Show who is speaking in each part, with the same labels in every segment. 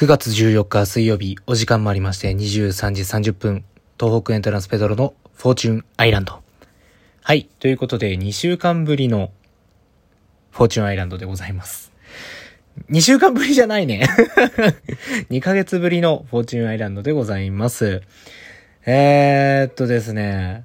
Speaker 1: 9月14日水曜日、お時間もありまして23時30分、東北エントランスペドロのフォーチュンアイランド。はい、ということで2週間ぶりのフォーチュンアイランドでございます。2週間ぶりじゃないね。2ヶ月ぶりのフォーチュンアイランドでございます。ですね。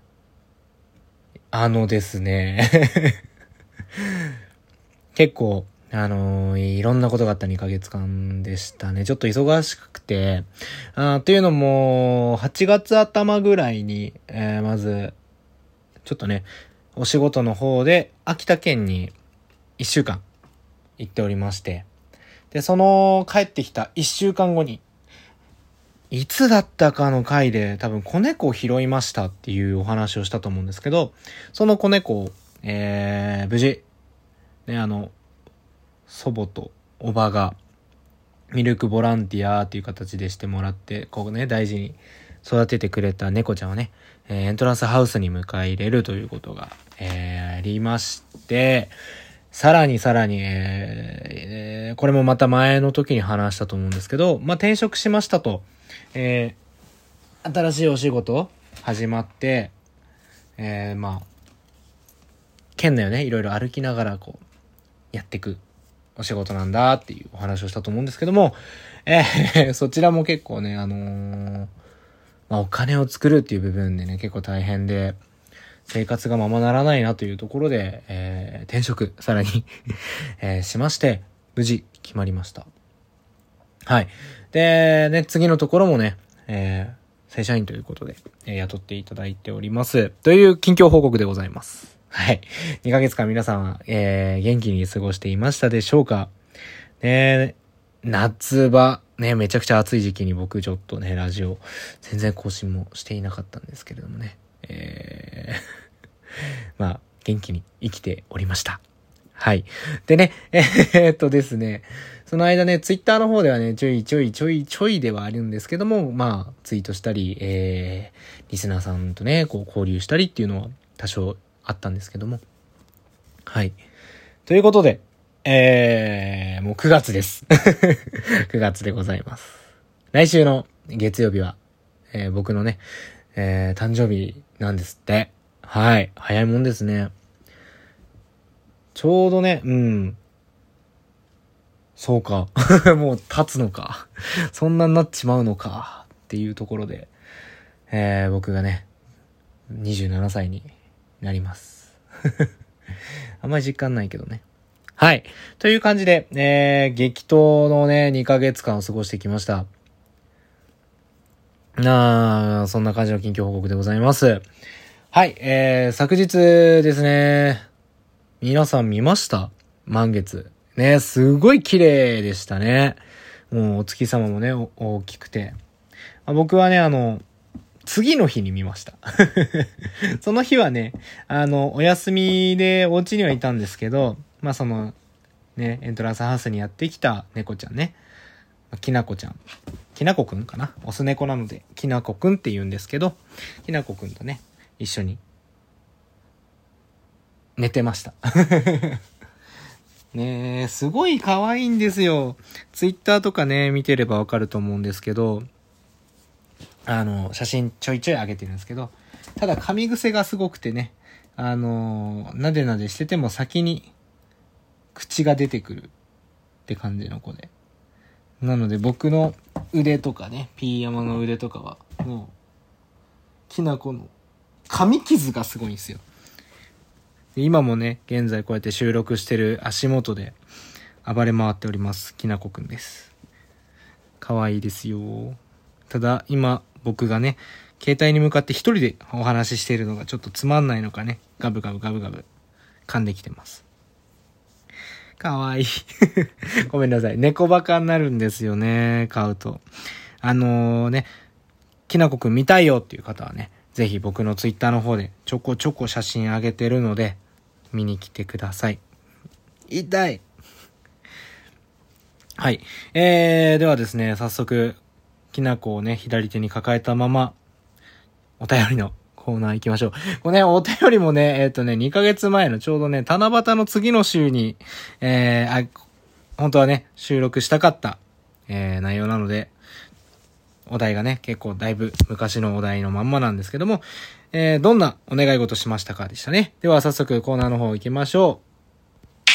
Speaker 1: 結構、いろんなことがあった2ヶ月間でしたね。ちょっと忙しくて、というのも、8月頭ぐらいに、まず、ちょっとね、お仕事の方で、秋田県に1週間行っておりまして、で、その帰ってきた1週間後に、いつだったかの回で多分子猫を拾いましたっていうお話をしたと思うんですけど、その子猫を、無事、ね、祖母とおばがミルクボランティアっていう形でしてもらって、こうね、大事に育ててくれた猫ちゃんをね、エントランスハウスに迎え入れるということが、ありまして、さらに、これもまた前の時に話したと思うんですけど、転職しましたと、新しいお仕事始まって、県内をね、いろいろ歩きながらこう、やっていくお仕事なんだっていうお話をしたと思うんですけども、そちらも結構ね、お金を作るっていう部分でね、結構大変で、生活がままならないなというところで、転職、さらに、しまして、無事決まりました。はい。で、ね、次のところもね、正社員ということで、雇っていただいております。という近況報告でございます。はい。2ヶ月間皆さんは、元気に過ごしていましたでしょうか？ね、夏場、ね、めちゃくちゃ暑い時期に僕ちょっとね、ラジオ、全然更新もしていなかったんですけれどもね。元気に生きておりました。はい。でね、ですね、その間ね、ツイッターの方ではね、ちょいではあるんですけども、ツイートしたり、リスナーさんとね、こう交流したりっていうのは多少あったんですけども。はい。ということで、もう9月です。9月でございます。来週の月曜日は、僕のね、誕生日なんですって。はい。早いもんですね。ちょうどね、そうか。もう経つのか。そんなになっちまうのか。っていうところで、僕がね、27歳になります。あんまり実感ないけどね。はい。という感じで、激闘のね、2ヶ月間を過ごしてきました。そんな感じの近況報告でございます。はい。昨日ですね、皆さん見ました？満月。ね、すごい綺麗でしたね。もうお月様もね、大きくて。僕はね、次の日に見ました。その日はね、お休みでお家にはいたんですけど、ね、エントランスハウスにやってきた猫ちゃんね。きなこちゃん。きなこくんかな？オス猫なので、きなこくんって言うんですけど、きなこくんとね、一緒に寝てました。ねえ、すごい可愛いんですよ。ツイッターとかね、見てればわかると思うんですけど、写真ちょいちょい上げてるんですけど、ただ噛み癖がすごくてね、なでなでしてても先に口が出てくるって感じの子で。なので僕の腕とかね、ピーヤマの腕とかは、もう、きなこの噛み傷がすごいんですよ。今もね、現在こうやって収録してる足元で暴れ回っております。きなこくんです。可愛いですよ。ただ今僕がね、携帯に向かって一人でお話ししているのがちょっとつまんないのかね、ガブ噛んできてます。可愛い。ごめんなさい。猫バカになるんですよね、飼うと。きなこくん見たいよっていう方はね、ぜひ僕のツイッターの方でちょこちょこ写真上げてるので、見に来てください。痛い。はい。ではですね、早速、きなこをね、左手に抱えたまま、お便りのコーナー行きましょう。これね、お便りもね、2ヶ月前のちょうどね、七夕の次の週に、本当はね、収録したかった内容なので、お題がね、結構だいぶ昔のお題のまんまなんですけども、どんなお願い事しましたかでしたね。では早速コーナーの方行きましょう。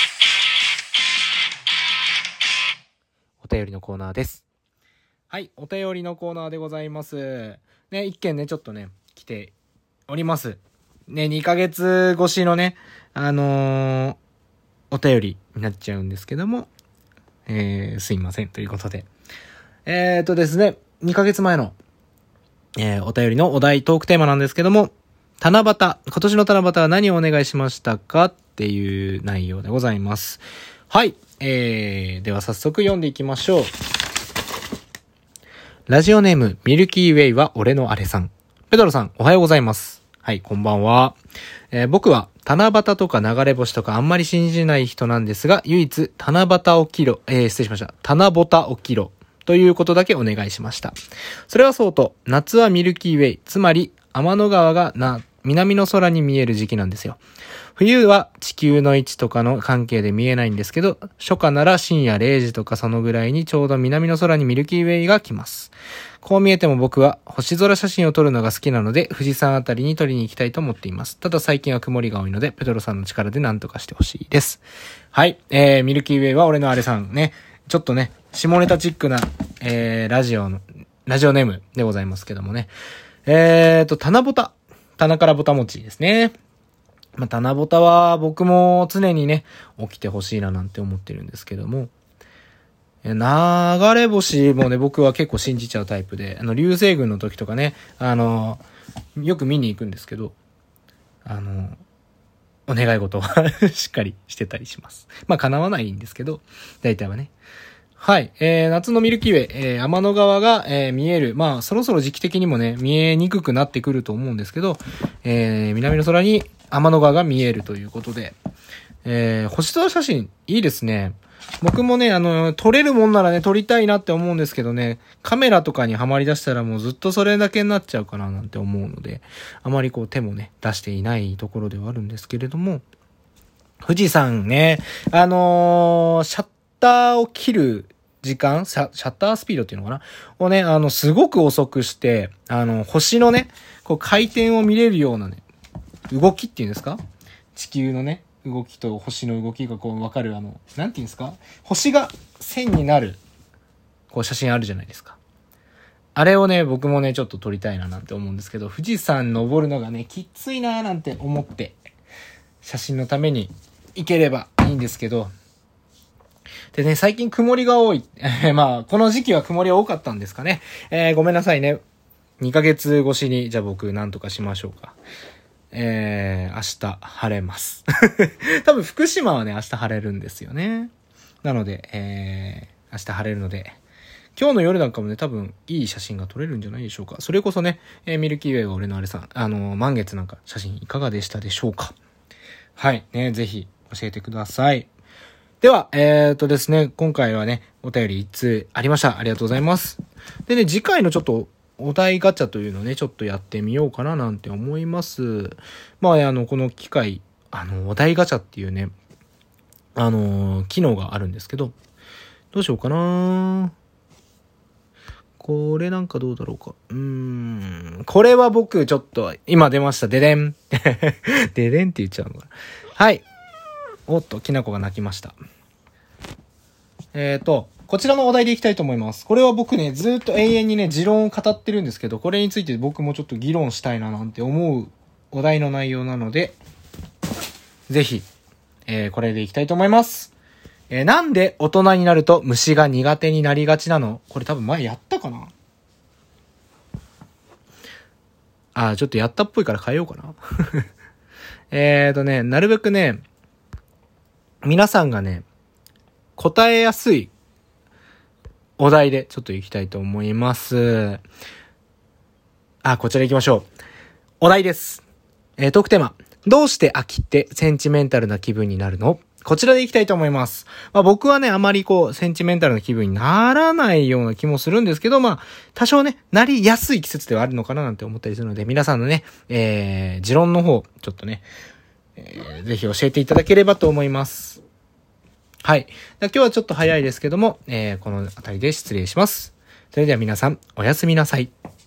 Speaker 1: お便りのコーナーです。はい、お便りのコーナーでございます。ね、一件ね、ちょっとね、来ております。ね、2ヶ月越しのね、お便りになっちゃうんですけども、すいません、ということで。ですね、2ヶ月前の、お便りのお題トークテーマなんですけども、七夕、今年の七夕は何をお願いしましたかっていう内容でございます。はい、では早速読んでいきましょう。ラジオネーム、ミルキーウェイは俺のあれさん。ペドロさん、おはようございます。はい、こんばんは。僕は、七夕とか流れ星とかあんまり信じない人なんですが、唯一、七夕起きろ、失礼しました。七夕起きろ。ということだけお願いしました。それはそうと、夏はミルキーウェイ、つまり天の川が南の空に見える時期なんですよ。冬は地球の位置とかの関係で見えないんですけど、初夏なら深夜0時とかそのぐらいにちょうど南の空にミルキーウェイが来ます。こう見えても僕は星空写真を撮るのが好きなので、富士山あたりに撮りに行きたいと思っています。ただ最近は曇りが多いので、ペトロさんの力で何とかしてほしいです。はい、ミルキーウェイは俺のあれさんね、ちょっとね、下ネタチックな、ラジオネームでございますけどもね。七夕。棚からぼた餅ですね。まあ、七夕は僕も常にね、起きてほしいななんて思ってるんですけども。流れ星もね、僕は結構信じちゃうタイプで、流星群の時とかね、よく見に行くんですけど、お願い事はしっかりしてたりします。まあ、叶わないんですけど、大体はね。はい。夏のミルキーウェイ、天の川が、見える。まあ、そろそろ時期的にもね、見えにくくなってくると思うんですけど、南の空に天の川が見えるということで、星空写真、いいですね。僕もね、撮れるもんならね、撮りたいなって思うんですけどね、カメラとかにはまり出したらもうずっとそれだけになっちゃうかななんて思うので、あまりこう手もね、出していないところではあるんですけれども、富士山ね、シャッターを切る時間、シャッタースピードっていうのかなをね、すごく遅くして、星のね、こう回転を見れるようなね、動きっていうんですか？地球のね、動きと星の動きがこう分かる、なんていうんですか？星が線になる、こう写真あるじゃないですか。あれをね、僕もね、ちょっと撮りたいななんて思うんですけど、富士山登るのがね、きついなーなんて思って、写真のために行ければいいんですけど、でね、最近曇りが多い。まあ、この時期は曇り多かったんですかね。ごめんなさいね。2ヶ月越しに、じゃあ僕なんとかしましょうか。明日晴れます。多分福島はね、明日晴れるんですよね。なので、明日晴れるので、今日の夜なんかもね、多分いい写真が撮れるんじゃないでしょうか。それこそね、ミルキーウェイが俺のあれさん、満月なんか写真いかがでしたでしょうか。はい、ね、ぜひ教えてください。では、ですね、今回はね、お便り1通ありました。ありがとうございます。でね、次回のちょっとお題ガチャというのをね、ちょっとやってみようかななんて思います。まあ、この機械、お題ガチャっていうね、機能があるんですけど、どうしようかな。これなんかどうだろうか。これは僕ちょっと、今出ました。ででん。ででんって言っちゃうのかな。はい。おっと、きなこが鳴きました。こちらのお題でいきたいと思います。これは僕ね、ずっと永遠にね、持論を語ってるんですけど、これについて僕もちょっと議論したいななんて思うお題の内容なので、ぜひ、これでいきたいと思います。なんで大人になると虫が苦手になりがちなの？これ多分前やったかな？ちょっとやったっぽいから変えようかな。なるべくね、皆さんがね、答えやすいお題でちょっと行きたいと思います。こちら行きましょう。お題です。トークテーマ。どうして秋ってセンチメンタルな気分になるの？こちらで行きたいと思います。僕はね、あまりセンチメンタルな気分にならないような気もするんですけど、多少ね、なりやすい季節ではあるのかななんて思ったりするので、皆さんのね、持論の方、ちょっとね、ぜひ教えていただければと思います。 はい。今日はちょっと早いですけども、この辺りで失礼します。それでは皆さん、おやすみなさい。